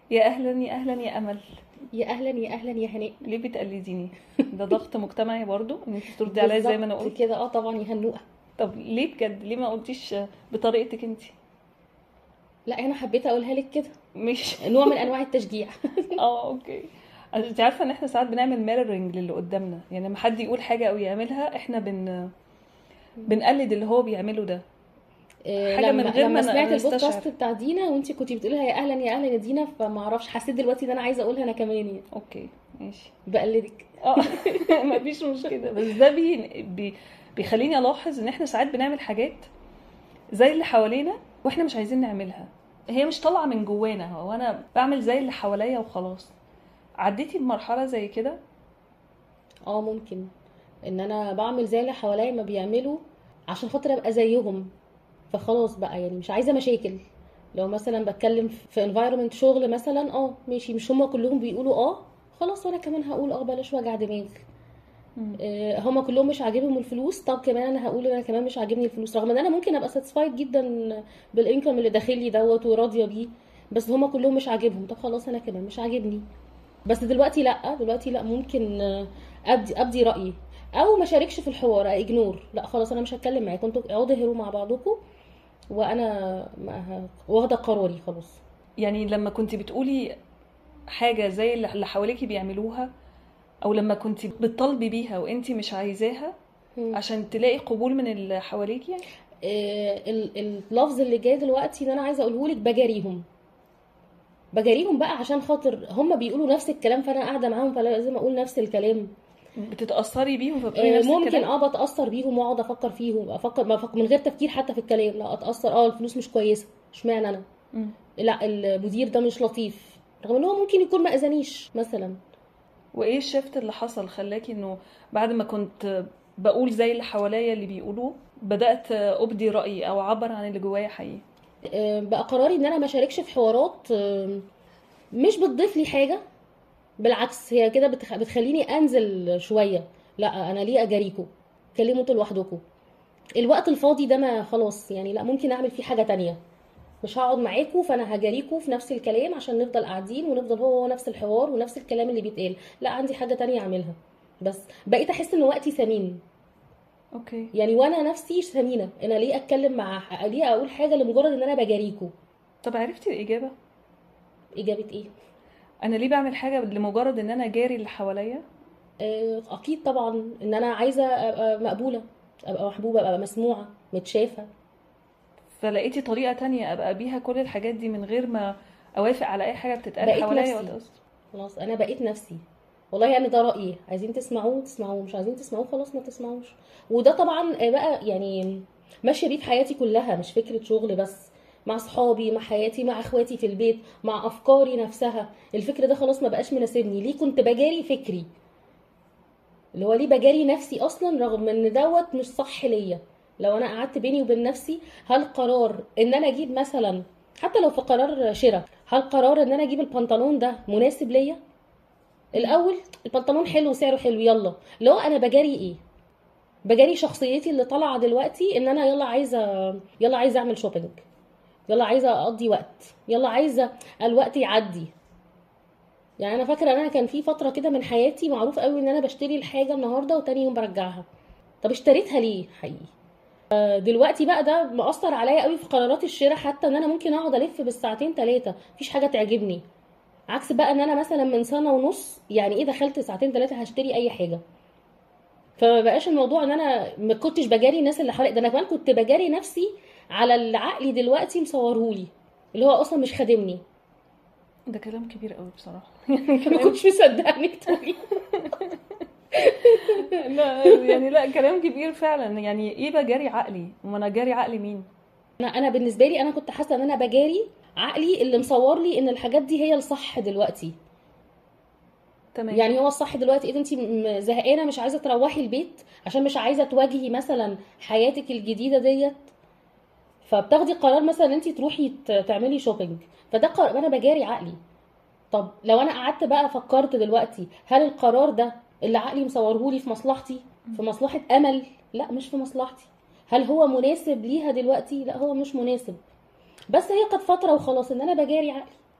يا اهلا يا اهلا يا امل. يا اهلا يا اهلا يا هناء. ليه بتقلديني؟ ده ضغط مجتمعي برضو ان انت تردي عليا زي ما انا بالظبط قلت. كده، طبعا يا هنوءه. طب ليه بجد؟ ليه ما قلتيش بطريقتك انت؟ لا انا حبيت اقولها لك كده، مش نوع من انواع التشجيع. اه اوكي. انت عارفه ان احنا ساعات بنعمل ميرورنج للي قدامنا، يعني لما حد يقول حاجه او يعملها احنا بنقلد اللي هو بيعمله ده، حاجه من لما غير ما سمعت نستشعر. البودكاست بتاع دينا وانت كنتي بتقولها يا اهلا يا اهلا يا دينا، فما اعرفش، حسيت دلوقتي ان انا عايزه اقولها انا كمان يعني. اوكي ماشي. بقلدك. اه مفيش مشكله، بس ده بيخليني الاحظ ان احنا ساعات بنعمل حاجات زي اللي حوالينا واحنا مش عايزين نعملها. هي مش طالعه من جوانا، هو انا بعمل زي اللي حواليا وخلاص. عديتي بمرحله زي كده؟ اه ممكن، ان انا بعمل زي اللي حواليا ما بيعملوا عشان خاطر ابقى زيهم، فخلاص بقى يعني مش عايزه مشاكل. لو مثلا بتكلم في environment شغل مثلا، ماشي، مش هما كلهم بيقولوا خلاص وانا كمان هقول بلاش وجع دماغ. مم. هما كلهم مش عاجبهم الفلوس، طب كمان انا هقول انا كمان مش عاجبني الفلوس، رغم ان انا ممكن ابقى ساتسفايد جدا بالانكم اللي داخلي دوت وراضيه بيه، بس هما كلهم مش عاجبهم، طب خلاص انا كمان مش عاجبني. بس دلوقتي لا ممكن ابدي رايي، او ما شاركش في الحوار، اجنور، لا خلاص انا مش هتكلم معاكم، انتوا اقعدوا هروا مع بعضكم، وانا واخده قراري خلاص. يعني لما كنت بتقولي حاجه زي اللي حواليكي بيعملوها، او لما كنت بتطالبي بيها وانتي مش عايزاها مم. عشان تلاقي قبول من اللي حواليكي. اللفظ اللي جاي دلوقتي ان انا عايزه اقوله لك، بجاريهم بقى عشان خاطر هم بيقولوا نفس الكلام، فانا قاعده معاهم فلازم اقول نفس الكلام. بتتاثري بيهم فبتقولي نفس ممكن الكلام. بتاثر بيهم واقعد افكر فيهم، ما أفكر من غير تفكير حتى في الكلام، لا اتاثر، الفلوس مش كويسه، اشمعنى انا؟ مم. لا المدير ده مش لطيف، رغم ان هو ممكن يكون ما اذانيش مثلا. وايه الشفت اللي حصل خلاكي انه بعد ما كنت بقول زي اللي حواليا اللي بيقولوه بدأت ابدي رأيي او اعبر عن اللي جوايا حقيقي؟ بقى قراري ان انا ما شاركش في حوارات مش بتضيف لي حاجه، بالعكس هي كده بتخليني انزل شويه. لا انا ليه اجاريكوا؟ كلموا انتوا لوحدكم، الوقت الفاضي ده ما خلاص يعني، لا ممكن اعمل فيه حاجه تانية، مش هقعد معاكوا، فانا هجاريكوا في نفس الكلام عشان نفضل قاعدين ونفضل هو نفس الحوار ونفس الكلام اللي بيتقال، لا عندي حاجه تانية اعملها. بس بقيت احس ان وقتي ثمين، اوكي. يعني وانا نفسي ثمينه، انا ليه اتكلم ليه اقول حاجه لمجرد ان انا بجاريكوا؟ طب عرفتي الإجابة؟ اجابه ايه؟ انا ليه بعمل حاجة لمجرد ان انا جاري اللي حواليا؟ اكيد طبعا ان انا عايزه ابقى مقبوله، ابقى محبوبه، ابقى مسموعه، متشافه. فلقيتي طريقة تانية ابقى بيها كل الحاجات دي من غير ما اوافق على اي حاجة بتتقال بقيت حواليا نفسي، واتأثر. خلاص انا بقيت نفسي. والله يعني ده رايي، عايزين تسمعوه تسمعوه، مش عايزين تسمعوه خلاص ما تسمعوش. وده طبعا بقى يعني ماشيه بيه في حياتي كلها، مش فكره شغل بس، مع صحابي، مع حياتي، مع اخواتي في البيت، مع افكاري نفسها. الفكر ده خلاص ما بقاش مناسبني، ليه كنت بجاري فكري، اللي هو ليه بجاري نفسي اصلا، رغم ان دوت مش صح ليا. لو انا قعدت بيني وبين نفسي، هل قرار ان انا اجيب مثلا، حتى لو في قرار شراء، هل قرار ان انا اجيب البنطلون ده مناسب ليا؟ مم. الاول البنطلون حلو وسعره حلو، يلا لو انا بجاري ايه؟ بجاري شخصيتي اللي طالعه دلوقتي، ان انا يلا عايزه اعمل شوبينج، يلا عايزه اقضي وقت، يلا عايزه الوقت يعدي. يعني انا فاكره ان انا كان في فتره كده من حياتي معروف قوي ان انا بشتري الحاجه النهارده وتاني يوم برجعها. طب اشتريتها ليه حقيقي؟ دلوقتي بقى ده مأثر عليا قوي في قرارات الشراء، حتى ان انا ممكن اقعد الف بالساعتين ثلاثه مفيش حاجه تعجبني، عكس بقى ان انا مثلا من سنه ونص يعني ايه دخلت ساعتين ثلاثه هشتري اي حاجه. فما بقاش الموضوع ان انا ما كنتش بجاري الناس اللي حواليا، ده انا كمان كنت بجاري نفسي على اللي عقلي دلوقتي مصورهولي، اللي هو اصلا مش خادمني. ده كلام كبير قوي بصراحة يعني ما كلام. كنتش مصدقه انك تقولي. لا يعني لا، كلام كبير فعلا. يعني ايه بجاري عقلي؟ وما انا جاري عقلي مين؟ انا بالنسبه لي انا كنت حاسه ان انا بجاري عقلي اللي مصور لي ان الحاجات دي هي الصح دلوقتي. تمام. يعني هو الصح دلوقتي اذا انت زهقانه مش عايزه تروحي البيت عشان مش عايزه تواجهي مثلا حياتك الجديده ديت، فبتاخدي قرار مثلا ان انت تروحي تعملي شوبينج، فده قرار انا بجاري عقلي. طب لو انا قعدت بقى فكرت دلوقتي، هل القرار ده اللي عقلي مصورهولي في مصلحتي، في مصلحه امل؟ لا مش في مصلحتي. هل هو مناسب ليها دلوقتي؟ لا هو مش مناسب. بس هي قد فتره وخلاص ان انا بجاري عقلي.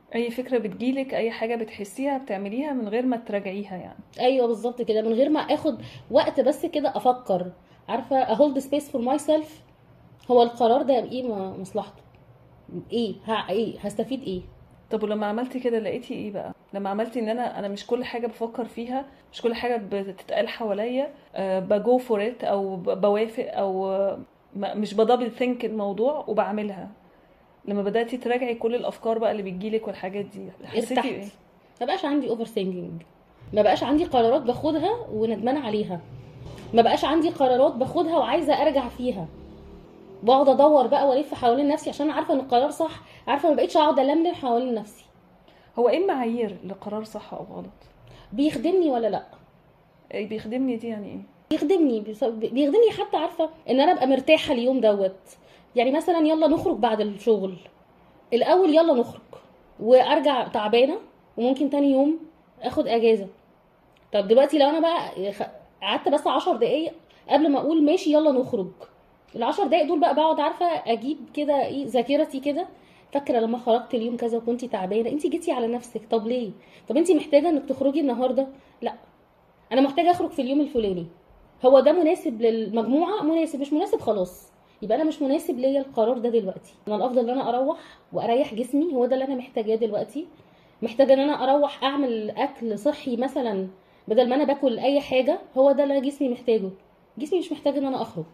اي فكره بتجيلك، اي حاجه بتحسيها بتعمليها من غير ما تراجعيها يعني. ايوه بالظبط كده، من غير ما اخد وقت بس كده افكر، عارفه اهولد سبيس فور ماي سيلف. هو القرار ده ايه مصلحته؟ ايه ايه هستفيد ايه؟ طب ولما عملتي كده لقيتي ايه بقى؟ لما عملتي ان انا مش كل حاجه بفكر فيها، مش كل حاجه بتتقال حواليا بجو فور ات او بوافق او مش بدبل ثينك الموضوع وبعملها. لما بداتي تراجعي كل الافكار بقى اللي بتجيلك والحاجات دي، حسيتي ارتحت، بايه؟ ما بقاش عندي اوفر ثينكينج، ما بقاش عندي قرارات باخدها وندمانه عليها، ما بقاش عندي قرارات باخدها وعايزه ارجع فيها، بقعد ادور بقى والف حوالين نفسي عشان عارفه ان القرار صح، عارفه ما بقيتش اقعد الملم حوالين نفسي. هو ايه المعايير لقرار صح او غلط؟ بيخدمني ولا لا؟ ايه بيخدمني دي يعني ايه؟ بيخدمني بيخدمني حتى عارفه ان انا ابقى مرتاحه اليوم دوت. يعني مثلا يلا نخرج بعد الشغل، الاول يلا نخرج وارجع تعبانه، وممكن تاني يوم اخد اجازه. طب دلوقتي لو انا بقى قعدت بس 10 دقايق قبل ما اقول ماشي يلا نخرج، ال10 دقايق دول بقى بقعد عارفه اجيب كده ايه ذاكرتي كده، فاكره لما خرجت اليوم كذا وكنتي تعبانه، انت جيتي على نفسك، طب ليه؟ طب انت محتاجه انك تخرجي النهارده؟ لا، انا محتاجه اخرج في اليوم الفلاني. هو ده مناسب للمجموعه؟ مناسب. مش مناسب خلاص، يبقى انا مش مناسب ليا القرار ده دلوقتي. انا الافضل ان انا اروح واريح جسمي، هو ده اللي انا محتاجاه دلوقتي. محتاجه ان انا اروح اعمل اكل صحي مثلا بدل ما انا باكل اي حاجه، هو ده اللي جسمي محتاجه. جسمي مش محتاج ان انا اخرج.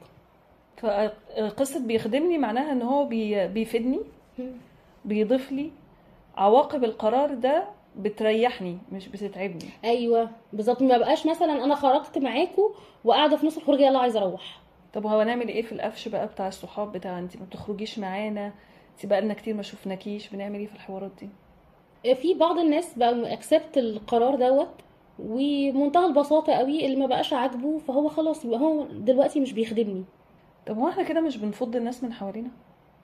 فقصه بيخدمني معناها ان هو بيفيدني، بيضيف لي. عواقب القرار ده بتريحني مش بتتعبني. ايوه بالظبط، ما بقاش مثلا انا خرجت معاكم وقاعده في نص الخروج يلا عايزه اروح. طب هو نعمل ايه في القفش بقى بتاع الصحاب بتاع انت ما بتخرجيش معانا، انت بقالنا كتير ما شفناكيش، بنعمل ايه في الحوارات دي؟ في بعض الناس بقى اكسبت القرار دوت، ومنتهى البساطه قوي اللي ما بقاش عاجبه فهو خلاص يبقى هو دلوقتي مش بيخدمني. طب هو احنا كده مش بنفض الناس من حوالينا؟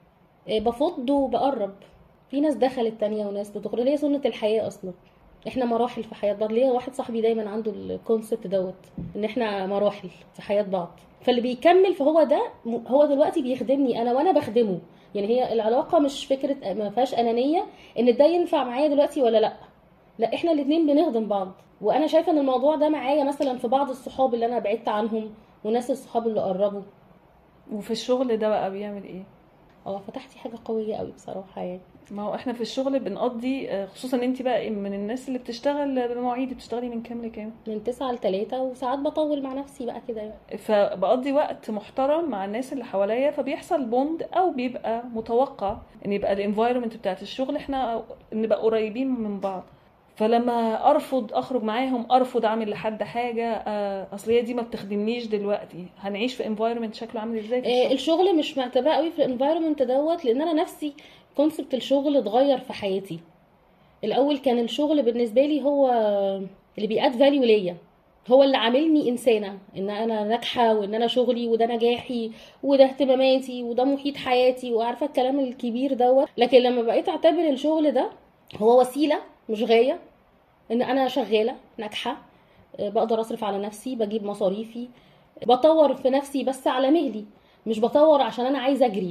بفض وبقرب. في ناس دخلت تانية وناس بتخرج، هي سنة الحياة أصلا. احنا مراحل في حياة بعض. ليا واحد صاحبي دايما عنده الكونسبت دوت، ان احنا مراحل في حياة بعض، فاللي بيكمل فهو ده هو دلوقتي بيخدمني انا وانا بخدمه. يعني هي العلاقة مش فكرة ما فيهاش أنانية ان ده ينفع معايا دلوقتي ولا لا، لا احنا الاتنين بنخدم بعض. وانا شايفة ان الموضوع ده معايا مثلا في بعض الصحاب اللي انا بعدت عنهم وناس الصحاب اللي قربوا. وفي الشغل ده بقى بيعمل ايه؟ اه فتحتي حاجة قوية قوي بصراحة يعني. ما هو احنا في الشغل بنقضي خصوصا انت بقى من الناس اللي بتشتغل بمواعيد، بتشتغلي من كام لكام؟ من 9 ل3، وساعات بطول مع نفسي بقى كده يعني. فبقضي وقت محترم مع الناس اللي حواليا، فبيحصل بوند او بيبقى متوقع ان يبقى الانفايرمنت بتاعت الشغل احنا نبقى قريبين من بعض. فلما ارفض اخرج معاهم، ارفض اعمل لحد حاجه، اصل هي دي ما بتخدمنيش دلوقتي، هنعيش في انفايرمنت شكله عامل ازاي في الشغل؟ الشغل مش معتباه قوي في الانفايرمنت دوت، لان انا نفسي كونسبت الشغل اتغير في حياتي. الاول كان الشغل بالنسبه لي هو اللي بيأد فاليو ليا، هو اللي عاملني انسانه، ان انا ناجحه وان انا شغلي وده نجاحي وده اهتماماتي وده محيط حياتي، وعارفه الكلام الكبير دوت. لكن لما بقيت اعتبر الشغل ده هو وسيله مش غايه، ان انا شغاله ناجحه، بقدر اصرف على نفسي، بجيب مصاريفي، بطور في نفسي بس على مهلي، مش بطور عشان انا عايزه اجري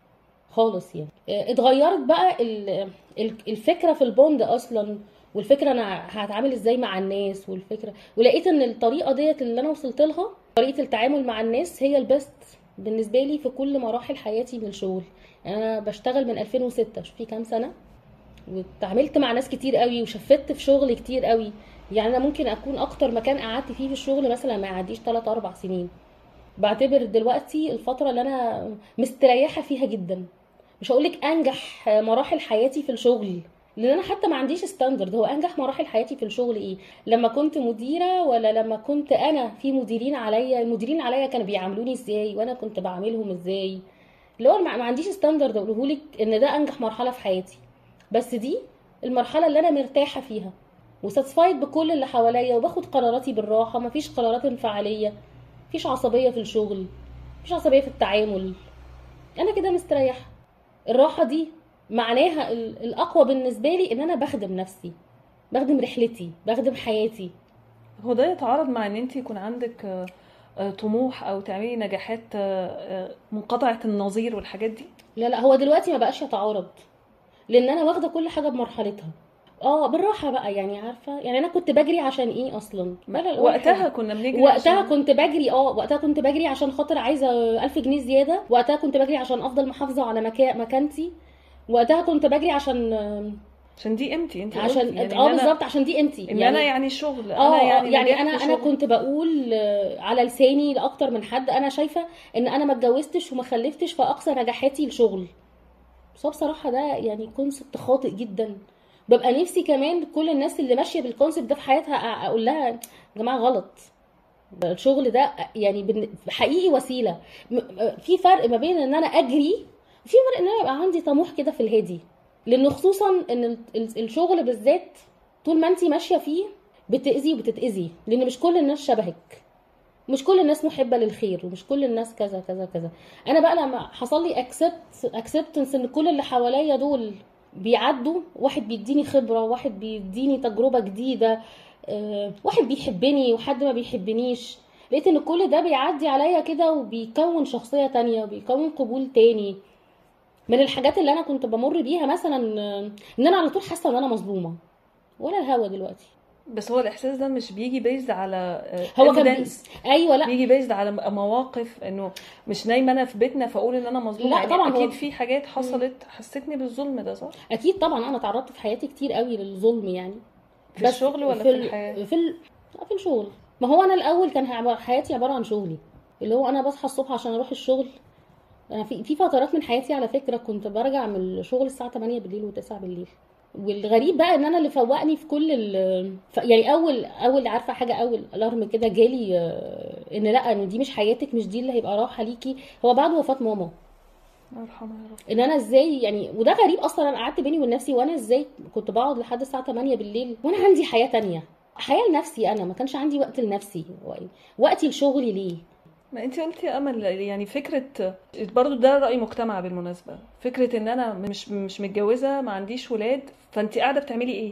خالص يعني. اتغيرت بقى الفكره في البوند اصلا، والفكره انا هتعامل ازاي مع الناس، والفكره ولقيت ان الطريقه ديت اللي انا وصلت لها، طريقه التعامل مع الناس هي البست بالنسبه لي في كل مراحل حياتي من الشغل. يعني انا بشتغل من 2006، شوفي كام سنه، واتعاملت مع ناس كتير قوي وشفت في شغل كتير قوي. يعني انا ممكن اكون اكتر مكان قعدت فيه في الشغل مثلا ما يعديش 3 4 سنين. بعتبر دلوقتي الفتره اللي انا مستريحه فيها جدا. مش هقولك انجح مراحل حياتي في الشغل، لان انا حتى ما عنديش ستاندرد. هو انجح مراحل حياتي في الشغل ايه؟ لما كنت مديره، ولا لما كنت انا في مديرين عليا؟ المديرين عليا كانوا بيعاملوني ازاي وانا كنت بعاملهم ازاي؟ اللي هو ما عنديش ستاندرد اقولهولك ان ده انجح مرحله في حياتي، بس دي المرحله اللي انا مرتاحه فيها وساتسفايد بكل اللي حواليا، وباخد قراراتي بالراحه، مفيش قرارات انفعاليه، مفيش عصبيه في الشغل، مفيش عصبيه في التعامل. انا كده مستريحه. الراحه دي معناها الاقوى بالنسبه لي ان انا بخدم نفسي، بخدم رحلتي، بخدم حياتي. هو ده يتعارض مع ان انت يكون عندك طموح او تعملي نجاحات منقطعة النظير والحاجات دي؟ لا لا، هو دلوقتي ما بقاش يتعارض. لان انا واخده كل حاجه بمرحلتها. بالراحه بقى، يعني عارفه، يعني انا كنت بجري عشان ايه اصلا؟ وقتها كنا بنجري وقتها كنت بجري وقتها كنت بجري عشان خاطر عايزه 1000 جنيه زياده. وقتها كنت بجري عشان افضل محافظه على مكانتي. وقتها كنت بجري عشان دي قيمتي. انت عشان يعني بالظبط، عشان دي قيمتي. ان يعني انا يعني شغل، انا يعني نجحت في انا شغل. كنت بقول على لساني لاكتر من حد، انا شايفه ان انا ما اتجوزتش وما خلفتش فاقصى نجاحاتي الشغل. بس هو بصراحه ده يعني كونسبت خاطئ جدا. ببقى نفسي كمان كل الناس اللي ماشيه بالكونسبت ده في حياتها اقول لها يا جماعه غلط. الشغل ده يعني حقيقي وسيله. في فرق ما بين ان انا اجري، وفي فرق ان انا يبقى عندي طموح كده في الهادي. لان خصوصا ان الشغل بالذات طول ما انت ماشيه فيه بتاذي وبتتاذي، لان مش كل الناس شبهك، مش كل الناس محبه للخير، ومش كل الناس كذا كذا كذا. انا بقى لما حصل لي اكسبتنس ان كل اللي حواليا دول بيعدوا، واحد بيديني خبره، واحد بيديني تجربه جديده، واحد بيحبني وحد ما بيحبنيش، لقيت ان كل ده بيعدي عليا كده وبيكون شخصيه تانية وبيكون قبول تاني. من الحاجات اللي انا كنت بمر بيها مثلا ان انا على طول حاسه ان انا مظلومه، ولا الهوا دلوقتي. بس هو الاحساس ده مش بيجي بيزد على هو كان ايوه، لا بيجي بيزد على مواقف، انه مش نايمه انا في بيتنا فاقول ان انا مظلومه. لا يعني طبعا اكيد في حاجات حصلت حسيتني بالظلم ده، صح؟ اكيد طبعا انا تعرضت في حياتي كتير قوي للظلم يعني. في الشغل ولا في الحياه؟ في الشغل. ما هو انا الاول كان حياتي عباره عن شغلي، اللي هو انا بصحى الصبح عشان اروح الشغل. انا في فترات من حياتي على فكره كنت برجع من الشغل الساعه 8 بالليل و9 بالليل. والغريب بقى ان انا اللي فوقني في كل يعني اول عارفه حاجه، اول الارم كده جالي ان لا، ان دي مش حياتك، مش دي اللي هيبقى راحه ليكي. هو بعد وفاه ماما، الله يرحمها يا رب. ان انا ازاي يعني، وده غريب اصلا. انا قعدت بيني وبين نفسي، وانا ازاي كنت بقعد لحد الساعه 8 بالليل وانا عندي حياه تانية، حياه لنفسي. انا ما كانش عندي وقت لنفسي، وقتي لشغلي ليه؟ ما انت قلتي يا امل، يعني فكره برضو ده راي مجتمع بالمناسبه، فكره ان انا مش متجوزه، ما عنديش ولاد، فانت قاعده بتعملي ايه؟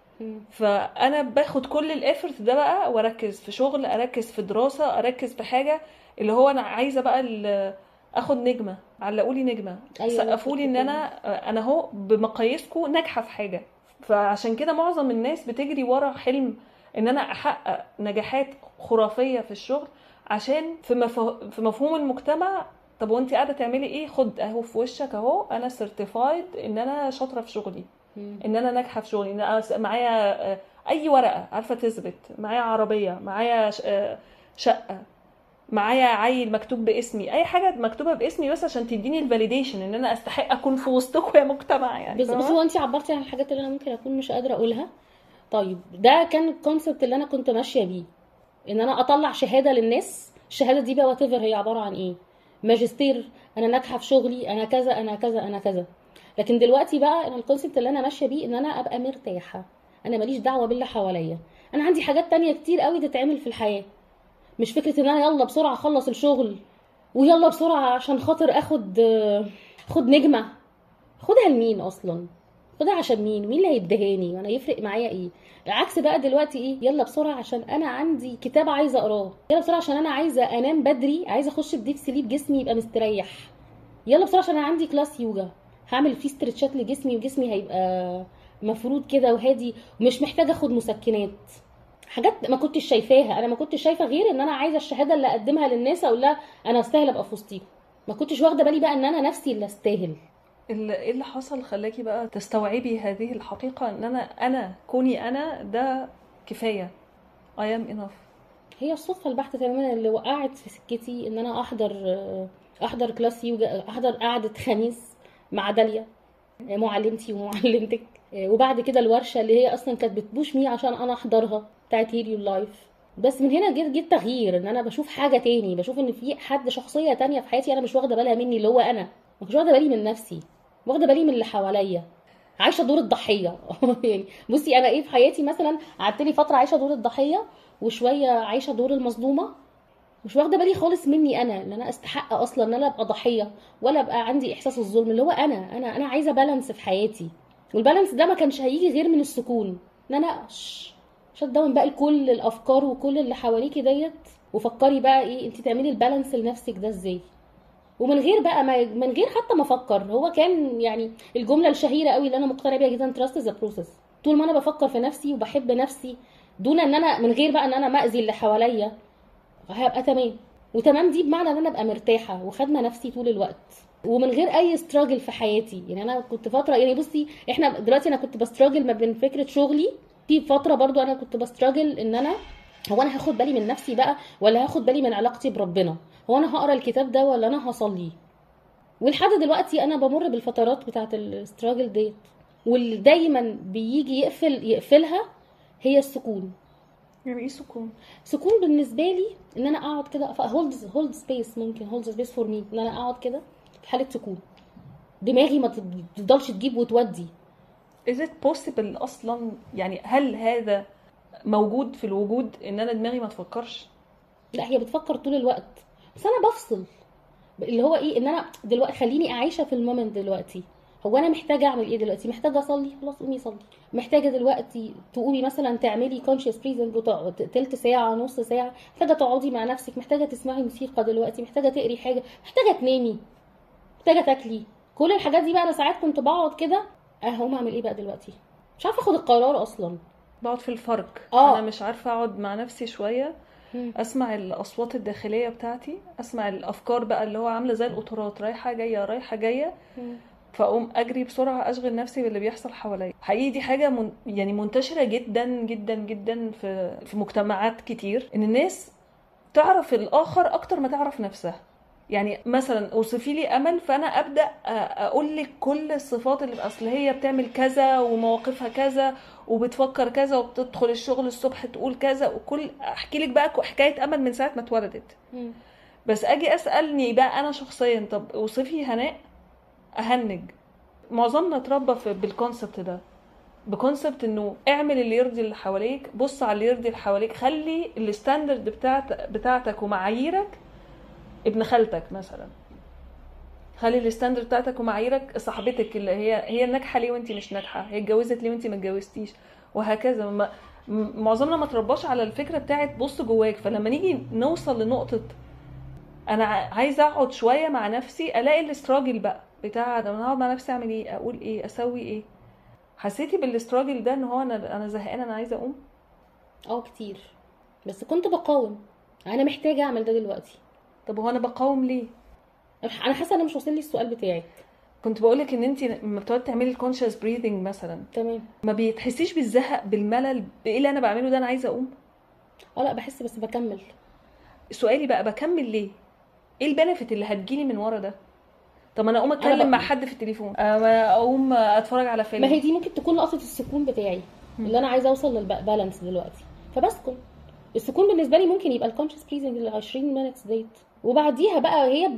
فانا باخد كل الافورت ده بقى واركز في شغل، اركز في دراسه، اركز في حاجه اللي هو انا عايزه بقى اخد نجمه، علقولي نجمه، سقفولي ان انا اهو بمقاييسكم ناجحه في حاجه. فعشان كده معظم الناس بتجري ورا حلم ان انا احقق نجاحات خرافيه في الشغل، عشان في مفهوم المجتمع. طب وانت قاعده تعملي ايه؟ خد اهو في وشك اهو، انا سيرتيفايد ان انا شاطره في شغلي، ان انا ناجحه في شغلي، ان انا معايا اي ورقه عارفه تثبت، معايا عربيه، معايا شقه، معايا عيل مكتوب باسمي، اي حاجه مكتوبه باسمي بس عشان تديني الفاليديشن ان انا استحق اكون في وسطكم يا مجتمع. يعني بس هو انت عبرتي عن الحاجات اللي انا ممكن اكون مش قادره اقولها. طيب ده كان الكونسبت اللي انا كنت ماشيه بيه، ان انا اطلع شهاده للناس. الشهاده دي بقى واتيفر هي عباره عن ايه، ماجستير، انا ناجحه في شغلي، انا كذا انا كذا انا كذا. لكن دلوقتي بقى انا الكونسبت اللي انا ماشيه بيه ان انا ابقى مرتاحه، انا ماليش دعوه باللي حواليا، انا عندي حاجات تانية كتير قوي تتعمل في الحياه. مش فكره ان انا يلا بسرعه اخلص الشغل ويلا بسرعه عشان خاطر خد نجمه. خدها لمين اصلا؟ خدها عشان مين اللي هيدهاني وانا يفرق معايا ايه؟ العكس بقى دلوقتي ايه، يلا بسرعه عشان انا عندي كتاب عايزه اقراه، يلا بسرعه عشان انا عايزه انام بدري، عايزه اخش بديب سليب جسمي يبقى مستريح، يلا بسرعه عشان انا عندي كلاس يوجا هعمل فيه ستريتشات لجسمي وجسمي هيبقى مفروض كده وهادي ومش محتاجه اخد مسكنات. حاجات ما كنتش شايفاها. انا ما كنتش شايفه غير ان انا عايزه الشهاده اللي اقدمها للناس اقول لها انا استاهل ابقى في وسطيكم. ما كنتش واخده بالي بقى ان انا نفسي اللي استاهل. ايه اللي حصل خلاكي بقى تستوعبي هذه الحقيقة ان انا كوني انا ده كفاية، I am enough؟ هي الصدفة البحتة تماما اللي وقعت في سكتي ان انا احضر كلاس يوجا، احضر قعدة خميس مع داليا معلمتي ومعلمتك، وبعد كده الورشة اللي هي اصلا كانت بتبوش مي عشان انا احضرها بتاعت هيريو لايف. بس من هنا جيت تغيير، ان انا بشوف حاجة تاني، بشوف ان في حد شخصية تانية في حياتي انا مش واخدة بالها مني، اللي هو انا مش واخدة بالي من نفسي، واخدة بالي من اللي حواليا، عايشه دور الضحيه. يعني بصي انا ايه في حياتي مثلا، قعدت لي فتره عايشه دور الضحيه وشويه عايشه دور المظلومه، مش واخده بالي خالص مني انا ان انا استحق اصلا ان انا ابقى ضحيه ولا ابقى عندي احساس الظلم. اللي هو انا عايزه بالانس في حياتي، والبالانس ده ما كانش هيجي غير من السكون، ان انا شت داون بقى كل الافكار وكل اللي حواليكي ديت، وفكري بقى ايه انت تعملي البالانس لنفسك ده ازاي. ومن غير بقى من غير حتى ما افكر. هو كان يعني الجمله الشهيره قوي اللي انا مقتنعه بيها جدا: trust is a process. طول ما انا بفكر في نفسي وبحب نفسي دون ان انا، من غير بقى ان انا مأذي اللي حواليا، هبقى تمام. وتمام دي بمعنى ان انا ابقى مرتاحه وخادمه نفسي طول الوقت، ومن غير اي ستراجل في حياتي. يعني انا كنت فتره، يعني بصي احنا دلوقتي انا كنت بستراجل ما بين فكره شغلي، في فتره برضو انا كنت بستراجل ان انا، هو انا هاخد بالي من نفسي بقى ولا هاخد بالي من علاقتي بربنا؟ هو انا هقرا الكتاب ده ولا انا هصلي؟ ولحد دلوقتي انا بمر بالفترات بتاعه الاستراجل ديت. واللي دايما بيجي يقفلها هي السكون. يعني ايه سكون؟ سكون بالنسبه لي ان انا اقعد كده، هولد سبيس، ممكن هولد سبيس فور مي، ان انا اقعد كده في حاله سكون، دماغي ما تفضلش تجيب وتودي. is it possible اصلا؟ يعني هل هذا موجود في الوجود ان انا دماغي ما تفكرش؟ لا، هي بتفكر طول الوقت، بس انا بفصل. اللي هو ايه، ان انا دلوقتي خليني اعيشه في المومنت دلوقتي. هو انا محتاجه اعمل ايه دلوقتي؟ محتاجه اصلي، خلاص قومي صلي. محتاجه دلوقتي تقومي مثلا تعملي كونشس بريزنج تلت ساعه، نص ساعه. محتاجه تقعدي مع نفسك، محتاجه تسمعي موسيقى دلوقتي، محتاجه تقري حاجه، محتاجه تنامي، محتاجه تاكلي. كل الحاجات دي بقى انا ساعات كنت بقعد كده هقوم اعمل ايه بقى دلوقتي، مش عارفه اخد القرار اصلا. بقعد في الفرق. اه. انا مش عارفه اقعد مع نفسي شويه، اسمع الاصوات الداخليه بتاعتي، اسمع الافكار بقى اللي هو عامله زي القطارات رايحه جايه رايحه جايه، فاقوم اجري بسرعه اشغل نفسي باللي بيحصل حواليا. حقيقي دي حاجه يعني منتشره جدا جدا جدا في مجتمعات كتير، ان الناس تعرف الاخر اكتر ما تعرف نفسها. يعني مثلا اوصفي لي امل، فانا ابدا اقول لك كل الصفات اللي اصل هي بتعمل كذا ومواقفها كذا وبتفكر كذا وبتدخل الشغل الصبح تقول كذا، وكل احكي لك بقى حكايه امل من ساعه ما اتولدت. بس اجي اسالني بقى انا شخصيا، طب اوصفي هناء، اهنج. معظمنا اتربى بالكونسبت ده، بكونسبت انه اعمل اللي يرضي اللي حواليك، بص على اللي يرضي اللي حواليك، خلي الستاندرد بتاعتك ومعاييرك ابن خالتك مثلا، خلي الستاندرد بتاعتك ومعاييرك صاحبتك اللي هي الناجحه ليه وانت مش ناجحه، هي اتجوزت ليه وانت ما اتجوزتيش، وهكذا. معظمنا ما ترباش على الفكره بتاعت بص جواك. فلما نيجي نوصل لنقطه انا عايزه اقعد شويه مع نفسي، الاقي الاستراجل بقى بتاع ده، انا هقعد مع نفسي اعمل ايه، اقول ايه، اسوي ايه. حسيتي بالاستراجل ده ان هو انا زهقانه، انا عايزه اقوم؟ كتير، بس كنت بقاوم. انا محتاجه اعمل ده دلوقتي. طب هو انا بقاوم ليه؟ انا حاسه انا مش واصل لي السؤال بتاعك. كنت بقولك ان انت لما بتقعدي تعملي الكونشس بريذنج مثلا، تمام، ما بيتحسيش بالزهق بالملل، بايه اللي انا بعمله ده، انا عايزه اقوم؟ لا بحس، بس بكمل. سؤالي بقى، بكمل ليه؟ ايه البنفيت اللي هتجيلي من ورا ده؟ طب انا اقوم اتكلم مع حد في التليفون، اقوم اتفرج على فيلم. ما هي دي ممكن تكون نقطه السكون بتاعي، اللي انا عايزه اوصل للبالانس دلوقتي، فبسكن. السكون بالنسبه لي ممكن يبقى الكونشس بريزنج ال 20 مينتس ديت، وبعديها بقى هي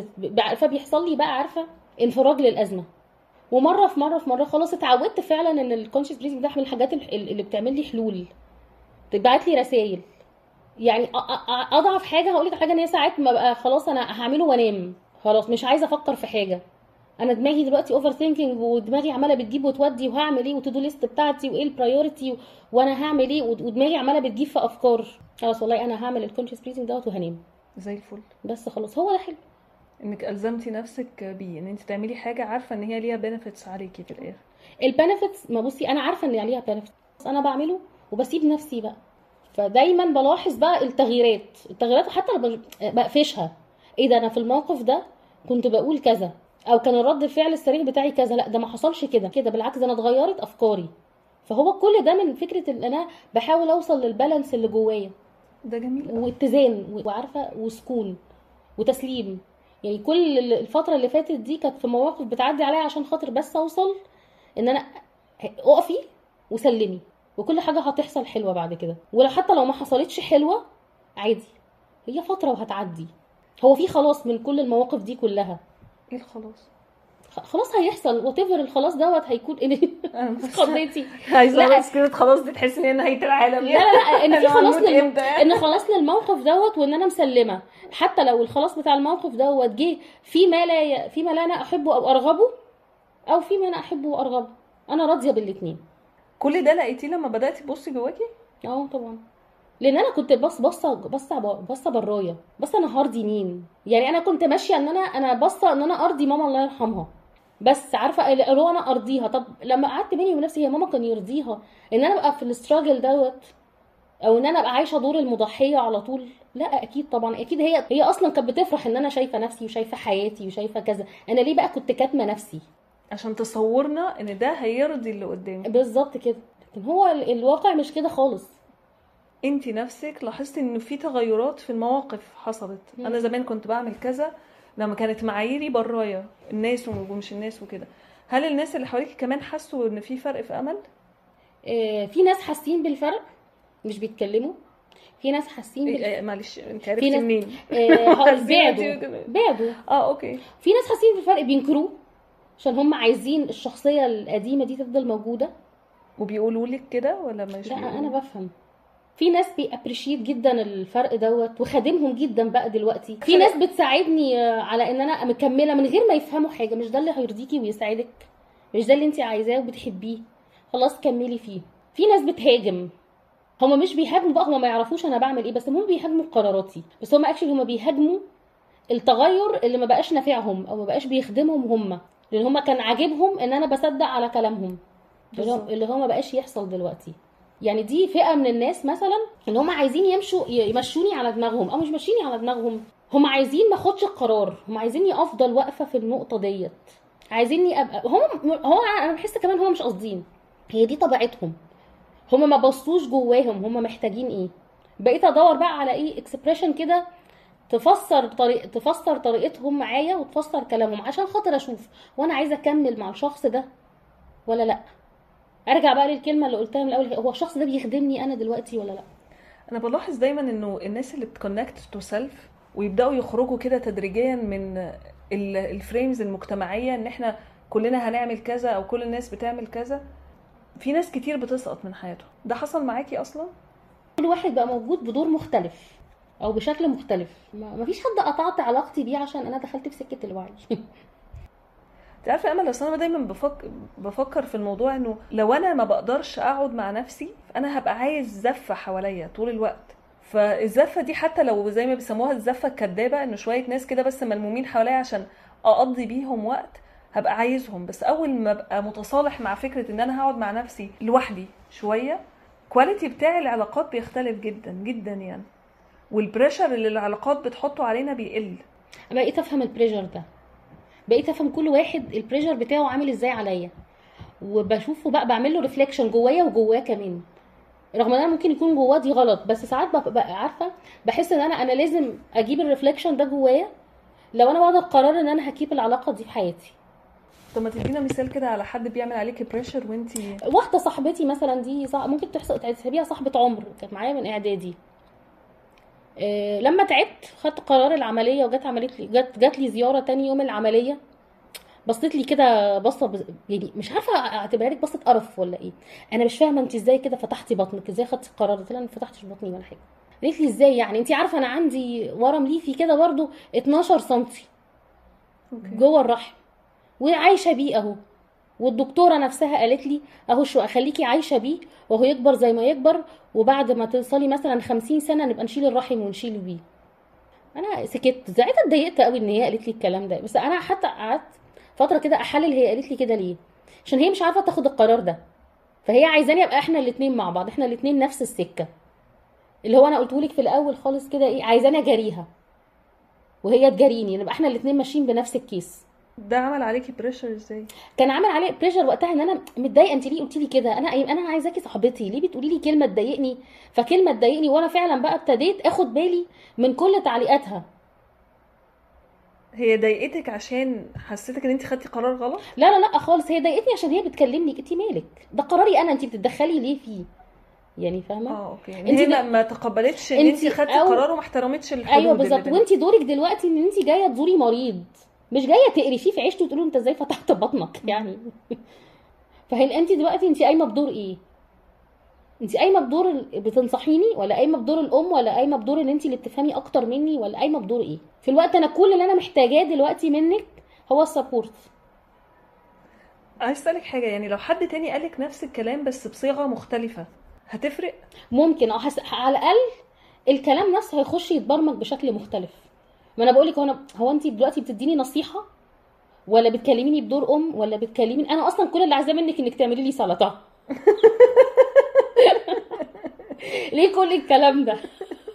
فبيحصل لي بقى، عارفه، انفراج للازمه. ومره في مره خلاص اتعودت فعلا ان الكونشس بريزنج ده من الحاجات اللي بتعمل لي حلول، تبعت لي رسائل. يعني اضعف حاجه هقول لك حاجه، ان هي ساعات ما بقى خلاص انا هعمله وانام، خلاص مش عايزه افكر في حاجه، انا دماغي دلوقتي اوفر ثينكينج، ودماغي عماله بتجيب وتودي، وهعمل ايه، وتدو ليست بتاعتي، وايه البرايورتي، وانا هعمل ايه، ودماغي عماله بتجيب في افكار. خلاص والله انا هعمل الكونشس بريزنج دوت وهنام زي الفل. بس خلاص، هو ده حلو، انك الزمتي نفسك بيه، ان انت تعملي حاجه عارفه ان هي ليها بنفيتس عليكي في الاخر. البنفيتس، ما بصي انا عارفه ان عليها بنفيتس، انا بعمله وبسيب نفسي بقى. فدايما بلاحظ بقى التغييرات، وحتى لما بقفشها، ايه ده، انا في الموقف ده كنت بقول كذا، او كان الرد الفعل السريع بتاعي كذا، لا ده ما حصلش كده بالعكس، ده انا اتغيرت افكاري. فهو كل ده من فكره ان انا بحاول اوصل للبالانس اللي جوايا. ده جميل، واتزان، وعارفه، وسكون، وتسليم. يعني كل الفتره اللي فاتت دي كانت في مواقف بتعدي عليا عشان خاطر بس اوصل ان انا اقفي وسلمي، وكل حاجه هتحصل حلوه بعد كده. ولو حتى لو ما حصلتش حلوه عادي، هي فتره وهتعدي. هو في خلاص من كل المواقف دي كلها. ايه الخلاص؟ خلاص هيحصل وات ايفر الخلاص دوت هيكون ايه. خضيتي عايزه بس كده خلاص دي تحس ان هي نهايه العالم. لا ان في خلاص ان خلاص للموقف دوت، وان انا مسلمه. حتى لو الخلاص بتاع الموقف دوت جه في ما لا انا احبه او ارغبه، او في ما انا احبه وارغبه، انا راضيه بالاثنين. كل ده لقيتيه لما بداتي تبصي جواكي؟ طبعا، لان انا كنت بص برايا، بس انا هرضي مين؟ يعني انا كنت ماشيه ان انا باصه ان انا ارضي ماما الله يرحمها، بس عارفه لو انا ارضيها. طب لما قعدت بيني وبين نفسي، هي ماما كان يرضيها ان انا ابقى في الاستراجل دوت، او ان انا ابقى عايشه دور المضحيه على طول؟ لا اكيد طبعا، اكيد هي اصلا كانت بتفرح ان انا شايفه نفسي وشايفه حياتي وشايفه كذا. انا ليه بقى كنت كاتمه نفسي؟ عشان تصورنا ان ده هيرضي اللي قدامك. بالظبط كده. لكن هو الواقع مش كده خالص. انت نفسك لاحظتي ان في تغيرات في المواقف حصلت. انا زمان كنت بعمل كذا لما كانت معاييري برايا الناس ومش الناس وكده. هل الناس اللي حواليك كمان حسوا ان في فرق في امل؟ في ناس حاسين بالفرق مش بيتكلموا، في ناس حاسين معلش انت في عرفتي ناس منين؟ بعدوا. اوكي. في ناس حاسين بالفرق بينكروه عشان هم عايزين الشخصيه القديمه دي تفضل موجوده. وبيقولوا لك كده ولا مش لا بيقولوا؟ انا بفهم. في ناس بيابريشيت جدا الفرق دوت وخادمهم جدا بقى دلوقتي. في ناس بتساعدني على ان انا مكمله من غير ما يفهموا حاجه. مش ده اللي هيرضيكي ويسعدك؟ مش ده اللي انت عايزاه وبتحبيه؟ خلاص كملي فيه. في ناس بتهاجم. هما مش بيهاجموا بقى، هما ما يعرفوش انا بعمل ايه، بس هم بيهاجموا قراراتي. بس هما اكشلي هما بيهاجموا التغير اللي ما بقاش نافعهم او ما بقاش بيخدمهم هم، لان هما كان عاجبهم ان انا بصدق على كلامهم اللي هو ما بقاش يحصل دلوقتي. يعني دي فئه من الناس مثلا ان هم عايزين يمشوني على دماغهم، او مش ماشيني على دماغهم، هم عايزين ما اخدش القرار، هم عايزيني افضل واقفه في النقطه ديت، عايزيني ابقى هو انا بحس كمان هم مش قاصدين، هي دي طبيعتهم. هم ما بصوش جواهم هم محتاجين ايه. بقيت ادور بقى على ايه اكسبريشن كده تفسر طريقتهم معايا وتفسر كلامهم، عشان خاطر اشوف وانا عايزه اكمل مع الشخص ده ولا لا. ارجع بقى للكلمه اللي قلتها من الاول، هو الشخص ده بيخدمني انا دلوقتي ولا لا؟ انا بلاحظ دايما انه الناس اللي بتكونكت تو سيلف ويبداوا يخرجوا كده تدريجيا من الفريمز المجتمعيه ان احنا كلنا هنعمل كذا او كل الناس بتعمل كذا، في ناس كتير بتسقط من حياته. ده حصل معاكي اصلا؟ كل واحد بقى موجود بدور مختلف او بشكل مختلف. ما فيش حد قطعت علاقتي بيه عشان انا دخلت في سكه الوعي. انت عارفه امل، اصل انا دايما بفكر في الموضوع انه لو انا ما بقدرش اقعد مع نفسي فانا هبقى عايز زفه حواليا طول الوقت. فالزفه دي حتى لو زي ما بيسموها الزفه الكدابه، انه شويه ناس كده بس ملمومين حواليا عشان اقضي بيهم وقت، هبقى عايزهم. بس اول ما ابقى متصالح مع فكره ان انا هقعد مع نفسي لوحدي شويه، كواليتي بتاع العلاقات بيختلف جدا جدا يعني، والبريشر اللي العلاقات بتحطه علينا بيقل. بقيت افهم البريشر ده، بقيت افهم كل واحد البريشر بتاعه عامل ازاي عليا، وبشوفه بقى بعمل له ريفليكشن جوايا وجواه كمان. رغم ان انا ممكن يكون جواه دي غلط، بس ساعات ببقى عارفه بحس ان انا لازم اجيب الريفليكشن ده جوايا لو انا واخده القرار ان انا هكيب العلاقه دي في حياتي. طب ما تدينا مثال كده على حد بيعمل عليكي بريشر وانتي؟ واحده صاحبتي مثلا دي ممكن تحسبيها صاحبه عمر، كانت معايا من اعدادي. لما تعبت خدت قرار العمليه، وجت عملت لي جات لي زياره تاني يوم العمليه. بصيت لي كده بصه يعني مش عارفه اعتبرها لك بصه قرف ولا ايه. انا مش فاهمه انت ازاي كده فتحتي بطنك، ازاي خدتي القرار؟ قلت لها انا ما فتحتش بطني ولا حاجه. قالت لي ازاي يعني؟ انت عارفه انا عندي ورم ليفي كده برضو 12 سم جوه الرحم وعايشه بيه اهو، والدكتوره نفسها قالت لي اهو شو اخليكي عايشه بيه وهو يكبر زي ما يكبر، وبعد ما توصلي مثلا 50 سنه نبقى نشيل الرحم ونشيل بيه. انا سكت، ساعتها اتضايقت قوي ان هي قالت لي الكلام ده، بس انا حتى قعدت فتره كده احلل هي قالت لي كده ليه. عشان هي مش عارفه تاخد القرار ده، فهي عايزاني ابقى احنا الاثنين مع بعض، احنا الاثنين نفس السكه، اللي هو انا قلته لك في الاول خالص كده ايه، عايزاني اجاريها وهي تجاريني، نبقى احنا الاثنين ماشيين بنفس الكيس. ده عمل عليكي بريشر ازاي؟ كان عامل عليه بريشر وقتها ان انا متضايقه، انت ليه قلتي لي كده؟ انا عايزاكي صاحبتي، ليه بتقولي لي كلمه تضايقني؟ فكلمه تضايقني، وانا فعلا بقى ابتديت اخد بالي من كل تعليقاتها. هي ضايقتك عشان حسيتك ان انت خدتي قرار غلط؟ لا لا لا خالص، هي ضايقتني عشان هي بتكلمني، انت مالك؟ ده قراري انا، انت بتتدخلي ليه فيه؟ يعني فاهمه؟ اوكي، يعني هي ما تقبلتش ان انت خدتي قرار وما احترمتش الحدود. ايوه بالظبط. وانت دورك دلوقتي ان انت جايه تزوري مريض، مش جايه تقرفيه في عيشته وتقولي له انت ازاي فتحت بطنك يعني. فهل انت دلوقتي انت قايمه بدور ايه؟ انت قايمه بدور بتنصحيني، ولا قايمه بدور الام، ولا قايمه بدور ان انت اللي بتفهمي اكتر مني، ولا قايمه بدور ايه؟ في الوقت انا كل اللي انا محتاجاه دلوقتي منك هو السبورت. عايز اسالك حاجه، يعني لو حد تاني قالك نفس الكلام بس بصيغه مختلفه، هتفرق. ممكن على الاقل الكلام نفسه هيخش يتبرمج بشكل مختلف. ما انا بقول لك، هو انت دلوقتي بتديني نصيحه ولا بتكلميني بدور ام ولا بتكلميني انا؟ اصلا كل اللي عايزاه منك انك تعملي لي سلطه. ليه كل الكلام ده؟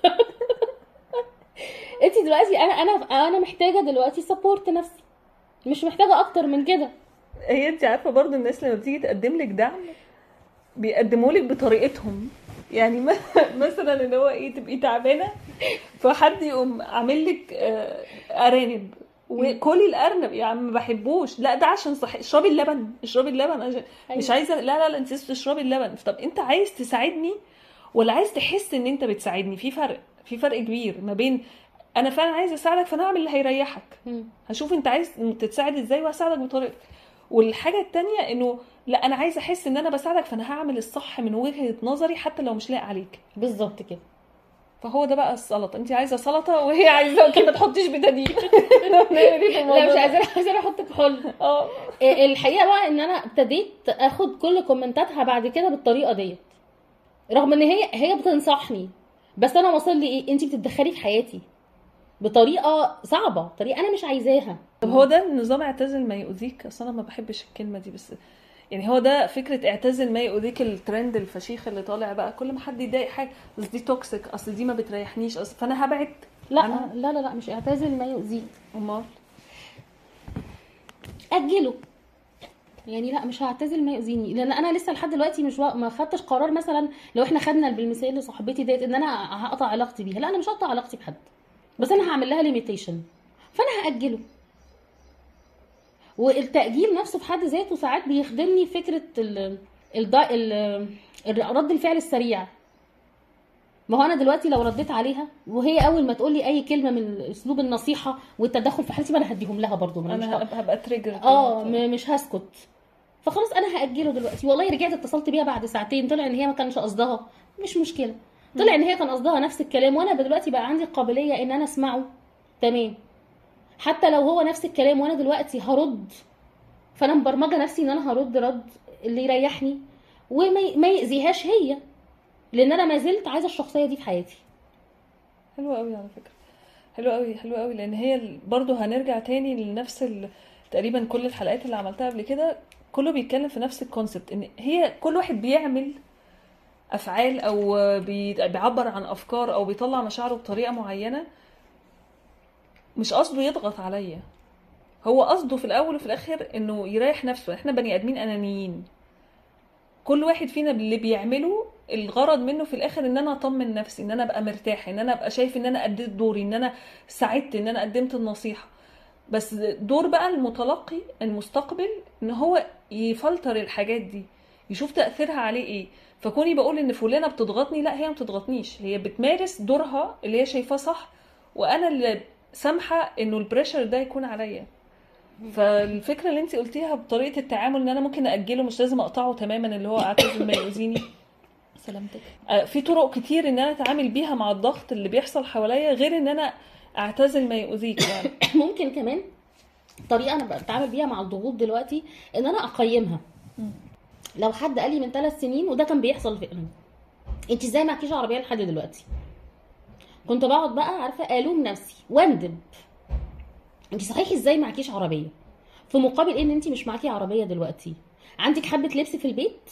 انت دلوقتي انا محتاجه دلوقتي سبورت نفسي، مش محتاجه اكتر من كده. هي انت عارفه برضو الناس لما بتيجي تقدم لك دعم بيقدموا لك بطريقتهم. يعني مثلا ان هو ايه، تبقي تعبانه فحد يقوم عامل لك ارانب وكلي الارنب. يا عم ما بحبوش، لا ده عشان صحي، اشربي اللبن، اشربي اللبن عشان مش عايزه، لا لا انت تشربي اللبن. طب انت عايز تساعدني ولا عايز تحس ان انت بتساعدني؟ في فرق كبير ما بين انا فعلا عايزه اساعدك فانا هعمل اللي هيريحك، هشوف انت عايز تتساعد ازاي وهساعدك بطريقتي. والحاجه التانية انه لا انا عايزه احس ان انا بساعدك فانا هعمل الصح من وجهه نظري حتى لو مش لايق عليك. بالظبط كده. فهو ده بقى السلطه، انت عايزه سلطه وهي عايزه ما تحطيش بتدين. لا مش عايزه احط كحول. الحقيقه بقى ان انا ابتديت اخد كل كومنتاتها بعد كده بالطريقه ديت، رغم ان هي بتنصحني، بس انا وصل لي ايه، انت بتتدخلي في حياتي بطريقه صعبه، طريقه انا مش عايزاها. طب هو ده نظام اعتزل ما يؤذيك؟ اصلا انا ما بحبش الكلمه دي، بس يعني هو ده فكره اعتزل ما يؤذيك، الترند الفشيخ اللي طالع بقى كل ما حد يضايق حاجه بس دي توكسيك، اصل دي ما بتريحنيش اصل فانا هبعد. لا مش اعتزل ما يؤذيك، امال اجله. يعني لا مش هعتزل ما يؤذيني، لان انا لسه لحد دلوقتي مش ما خدتش قرار. مثلا لو احنا خدنا بالمثال لصاحبتي ديت ان انا هقطع علاقتي بيها، لا انا مش هقطع علاقتي بحد، بس انا هعمل لها ليميتيشن، فانا هاجله. والتاجيل نفسه في حد ذاته ساعات بيخدمني فكره رد الفعل السريع. ما هو انا دلوقتي لو رديت عليها وهي اول ما تقول لي اي كلمه من اسلوب النصيحه والتدخل في حالتي، ما انا هديهم لها برضو، انا هبقى تريجر. مش هسكت. فخلاص انا هاجله دلوقتي. والله رجعت اتصلت بيها بعد ساعتين، طلع ان هي ما كانش قصدها، مش مشكله. طلع ان هي كان قصدها نفس الكلام، وانا دلوقتي بقى عندي القابليه ان انا اسمعه، تمام. حتى لو هو نفس الكلام وانا دلوقتي هرد، فانا مبرمجه نفسي ان انا هرد رد اللي يريحني وما يأذيهاش هي، لان انا ما زلت عايزه الشخصيه دي في حياتي. حلوه قوي على فكره، حلوه قوي، لان هي برضو هنرجع تاني لنفس تقريبا كل الحلقات اللي عملتها قبل كده كله بيتكلم في نفس الكونسبت، ان هي كل واحد بيعمل افعال او بيعبر عن افكار او بيطلع مشاعره بطريقه معينه، مش قصده يضغط عليا، هو قصده في الاول وفي الاخر انه يريح نفسه. احنا بني ادمين انانيين، كل واحد فينا اللي بيعمله الغرض منه في الاخر ان انا اطمن نفسي، ان انا ابقى مرتاح، ان انا ابقى شايف ان انا اديت دوري، ان انا ساعدت، ان انا قدمت النصيحه. بس دور بقى المتلقي المستقبل ان هو يفلتر الحاجات دي، يشوف تاثيرها عليه ايه. فكوني بقول ان فلانه بتضغطني، لا هي ما بتضغطنيش، هي بتمارس دورها اللي هي شايفاه صح، وانا اللي سامحه انه البريشر ده يكون عليا. فالفكره اللي انت قلتيها بطريقه التعامل ان انا ممكن اجله، مش لازم اقطعه تماما اللي هو اعتزل ما يؤذيني. سلامتك. في طرق كتير ان انا اتعامل بيها مع الضغط اللي بيحصل حواليا غير ان انا اعتزل ما يؤذيك يعني. ممكن كمان طريقه انا بتعامل بيها مع الضغوط دلوقتي ان انا اقيمها. لو حد قال لي من 3 سنين، وده كان بيحصل فعلا، انت ازاي معكيش عربيه لحد دلوقتي، كنت بقعد بقى عارفه الوم نفسي واندب، انت صحيح ازاي معكيش عربيه، في مقابل ان انت مش معاكي عربيه دلوقتي، عندك حبه لبس في البيت،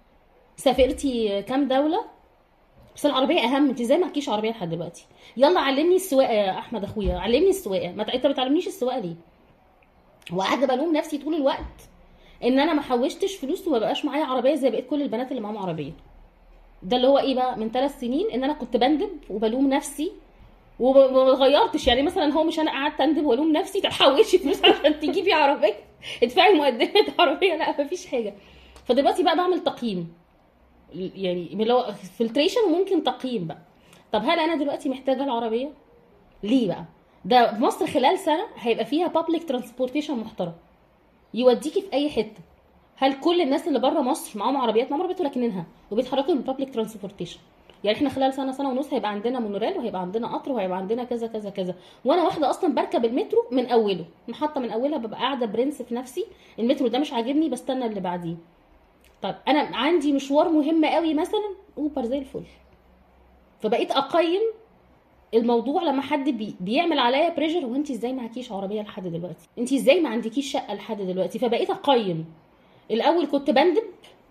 سافرتي كام دوله، بس العربيه اهم. انت ازاي معكيش عربيه لحد دلوقتي؟ يلا علمني السواقه يا احمد اخويا، علمني السواقه. ما انت بتعلمنيش السواقه ليه؟ وقاعده بلوم نفسي طول الوقت ان انا ما حوشتش فلوس وما بقاش معايا عربيه زي بقيت كل البنات اللي معاهم عربيه. ده اللي هو ايه بقى، من 3 سنين ان انا كنت بندب وبلوم نفسي وما اتغيرتش. يعني مثلا هو مش انا قعدت اندب والوم نفسي طب حوشي فلوس عشان تجيبي عربيه، ادفعي مقدمه عربيه، لا مفيش حاجه. فدلوقتي بقى بعمل تقييم، يعني اللي هو فلتريشن وممكن تقييم بقى. طب هل انا دلوقتي محتاجه العربيه؟ ليه بقى؟ ده في مصر خلال سنه هيبقى فيها بابليك ترانسبورتيشن محترم يوديكي في اي حته. هل كل الناس اللي بره مصر معاهم عربيات؟ معاهم عربيات ولكنها وبيتحركوا بالبابليك ترانسبورتيشن. يعني احنا خلال سنه ونص هيبقى عندنا مونوريل وهيبقى عندنا قطر وهيبقى عندنا كذا كذا كذا. وانا واحده اصلا بركب المترو من اوله، محطه من اولها ببقى قاعده برنس في نفسي، المترو ده مش عاجبني بستنى اللي بعديه. طب انا عندي مشوار مهم قوي مثلا، اوبر زي الفل. فبقيت اقيم الموضوع لما حد بيعمل عليا بريشر، وانت ازاي معكيش عربيه لحد دلوقتي، انت ازاي ما عندكيش شقه لحد دلوقتي. فبقيت اقيم. الاول كنت بندب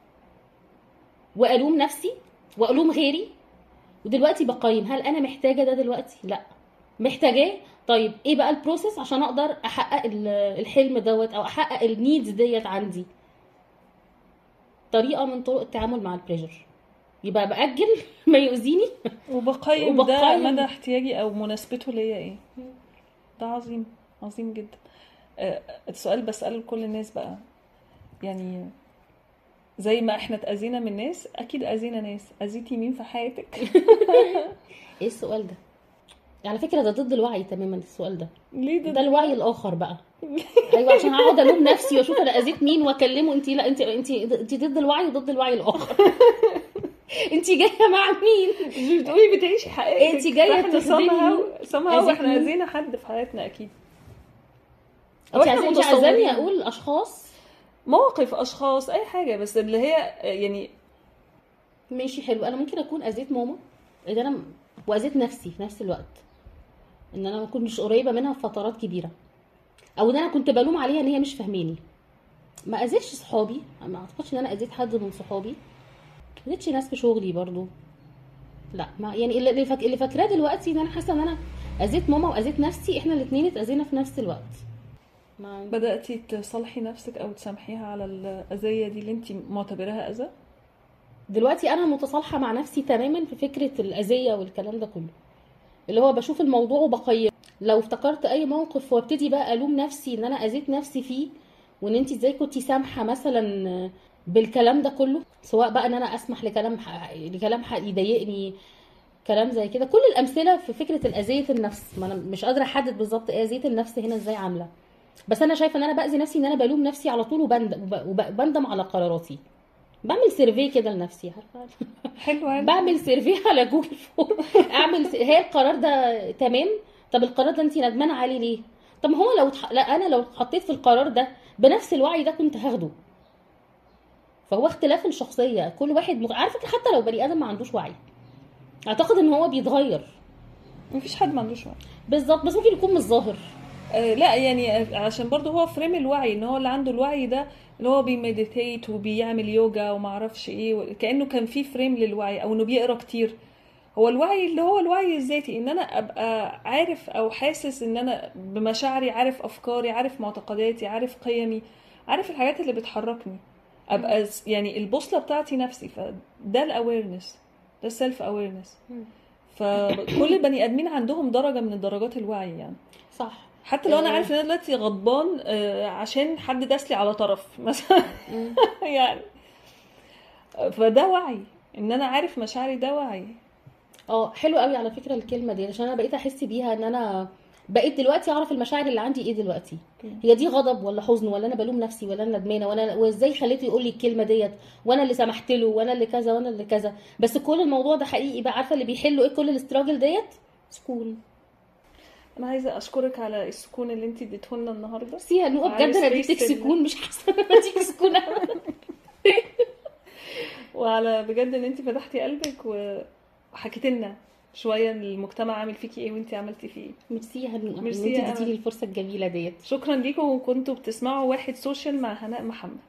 والوم نفسي والوم غيري، ودلوقتي بقيم هل انا محتاجه ده دلوقتي؟ لا. محتاجاه؟ طيب ايه بقى البروسيس عشان اقدر احقق الحلم دوت او احقق النيدز ديت عندي. طريقه من طرق التعامل مع البريشر، يبقى باجل ما يؤذيني وبقيم ده مدى احتياجي او مناسبته ليا ايه. ده عظيم، عظيم جدا. السؤال بسأله لكل الناس بقى، يعني زي ما احنا اتأذينا من ناس، اكيد اذينا ناس. اذيتي مين في حياتك؟ ايه السؤال ده؟ على فكره ده ضد الوعي تماما السؤال ده. ليه ده الوعي الاخر بقى. ايوه، عشان هقعد الوم نفسي واشوف انا اذيت مين واكلمه. انت لا، انت ضد الوعي وضد الوعي الاخر. انت جايه مع مين؟ مش بتقولي بتعيشي حقيقتك. انت جايه somehow احنا اذينا حد في حياتنا اكيد. انت عايزاني اقول اشخاص، مواقف، اشخاص، اي حاجه، بس اللي هي يعني ماشي حلو. انا ممكن اكون اذيت ماما اذا انا واذيت نفسي في نفس الوقت، ان انا ما كنتش قريبه منها في فترات كبيره، او ان انا كنت بلوم عليها ان هي مش فاهماني. ما اذيتش صحابي، ما اعتقدش ان انا اذيت حد من صحابي. ما اذيتش ناس في شغلي برضو، لا. ما يعني اللي فاكراه دلوقتي ان انا حاسه ان انا اذيت ماما واذيت نفسي، احنا الاثنين اتاذينا في نفس الوقت. بدأتي تصلحي نفسك او تسامحيها على الأذية دي اللي انت معتبرها أذى؟ دلوقتي انا متصالحه مع نفسي تماما في فكره الاذيه والكلام ده كله، اللي هو بشوف الموضوع وبقيم. لو افتكرت اي موقف وابتدي بقى الوم نفسي ان انا اذيت نفسي فيه، وان انت ازاي كنتي سامحه مثلا بالكلام ده كله، سواء بقى ان انا اسمح لكلام يضايقني، كلام زي كده. كل الامثله في فكره الاذيه النفس، ما انا مش قادره احدد بالظبط ايه اذيه النفس هنا ازاي عامله، بس انا شايفه ان انا باذي نفسي، ان انا بلوم نفسي على طول وبندم على قراراتي. بعمل سيرفي كده لنفسي، عارفه؟ حلو. بعمل سيرفي على جوجل فورم. هي القرار ده تمام؟ طب القرار ده انت ندمانه عليه ليه؟ طب هو لا، انا لو اتحطيت في القرار ده بنفس الوعي ده كنت هاخده. فهو اختلاف الشخصيه، كل واحد عارفه، حتى لو بني ادم ما عندوش وعي اعتقد ان هو بيتغير. مفيش حد ما عندوش وعي بالظبط، بس ممكن يكون مش ظاهر. لا يعني عشان برضو هو فريم الوعي، ان هو اللي عنده الوعي ده اللي هو بيمديتيت وبيعمل يوجا وما اعرفش ايه، كانه كان في فريم للوعي، او انه بيقرا كتير. هو الوعي اللي هو الوعي الذاتي، ان انا ابقى عارف او حاسس ان انا بمشاعري، عارف افكاري، عارف معتقداتي، عارف قيمي، عارف الحاجات اللي بتحركني، ابقى يعني البوصله بتاعتي نفسي. فده الاويرنس، ده السيلف اويرنس. فكل البني ادمين عندهم درجه من درجات الوعي يعني. صح. حتى لو انا عارف ان انا دلوقتي غضبان عشان حد داسلي على طرف مثلا يعني، فده وعي، ان انا عارف مشاعري، ده وعي. حلو قوي على فكره الكلمه دي، عشان انا بقيت احس بيها، ان انا بقيت دلوقتي اعرف المشاعر اللي عندي ايه دلوقتي. هي دي غضب ولا حزن، ولا انا بلوم نفسي، ولا انا ندمانه، وازاي خليته يقول لي الكلمه ديت، وانا اللي سمحت له، وانا اللي كذا، وانا اللي كذا. بس كل الموضوع ده حقيقي بقى، عارفه اللي بيحلوا ايه كل الاستراجل ديت؟ سكون. انا عايزه اشكرك على السكون اللي انت اديته لنا النهارده. سيها نوقف بجد، انا اديتك سكون، مش حاسه ان انا اديك سكون وعلى بجد ان انت فتحتي قلبك وحكيتي لنا شويه المجتمع عامل فيكي ايه وانت عملتي فيه ايه. ميرسي يا هنوء ان انت اديتيلي الفرصه الجميله ديت. شكرا ليكم، وكنتوا بتسمعوا واحد سوشيال مع هناء محمد.